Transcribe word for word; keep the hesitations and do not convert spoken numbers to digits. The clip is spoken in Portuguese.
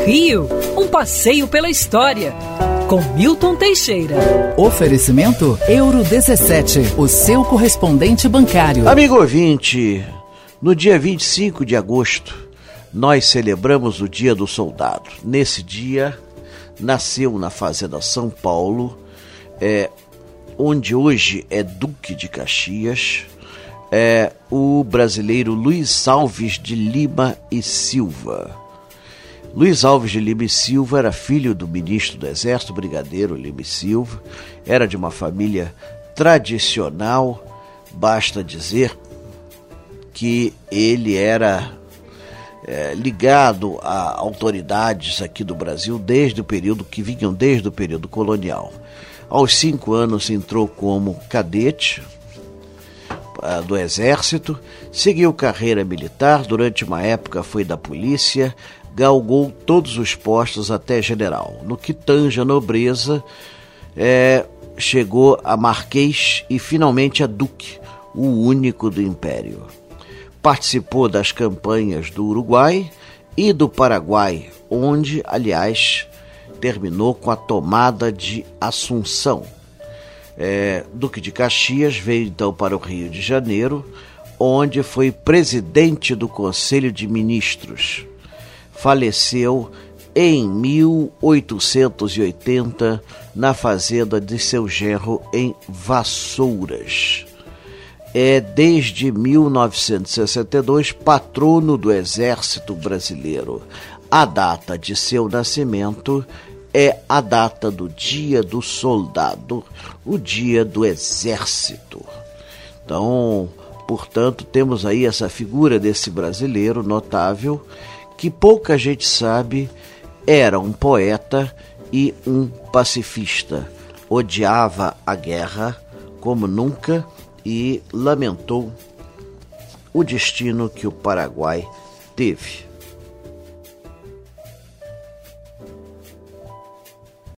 Rio, um passeio pela história, com Milton Teixeira. Oferecimento Euro dezessete, o seu correspondente bancário. Amigo ouvinte, no dia vinte e cinco de agosto, nós celebramos o Dia do Soldado. Nesse dia, nasceu na Fazenda São Paulo, é, onde hoje é Duque de Caxias, é, o brasileiro Luiz Alves de Lima e Silva. Luiz Alves de Lima e Silva era filho do ministro do Exército, brigadeiro Lima e Silva, era de uma família tradicional, basta dizer que ele era é, ligado a autoridades aqui do Brasil desde o período, que vinham desde o período colonial. Aos cinco anos entrou como cadete uh, do Exército, seguiu carreira militar, durante uma época foi da polícia, galgou todos os postos até general. No que tange a nobreza, é, chegou a marquês e finalmente a duque, o único do império. Participou das campanhas do Uruguai e do Paraguai, onde, aliás, terminou com a tomada de Assunção. É, Duque de Caxias veio então para o Rio de Janeiro, onde foi presidente do Conselho de Ministros. Faleceu em mil oitocentos e oitenta na fazenda de seu genro em Vassouras. É desde mil novecentos e sessenta e dois patrono do Exército Brasileiro. A data de seu nascimento é a data do Dia do Soldado, o Dia do Exército. Então, portanto, temos aí essa figura desse brasileiro notável, que pouca gente sabe, era um poeta e um pacifista. Odiava a guerra como nunca e lamentou o destino que o Paraguai teve.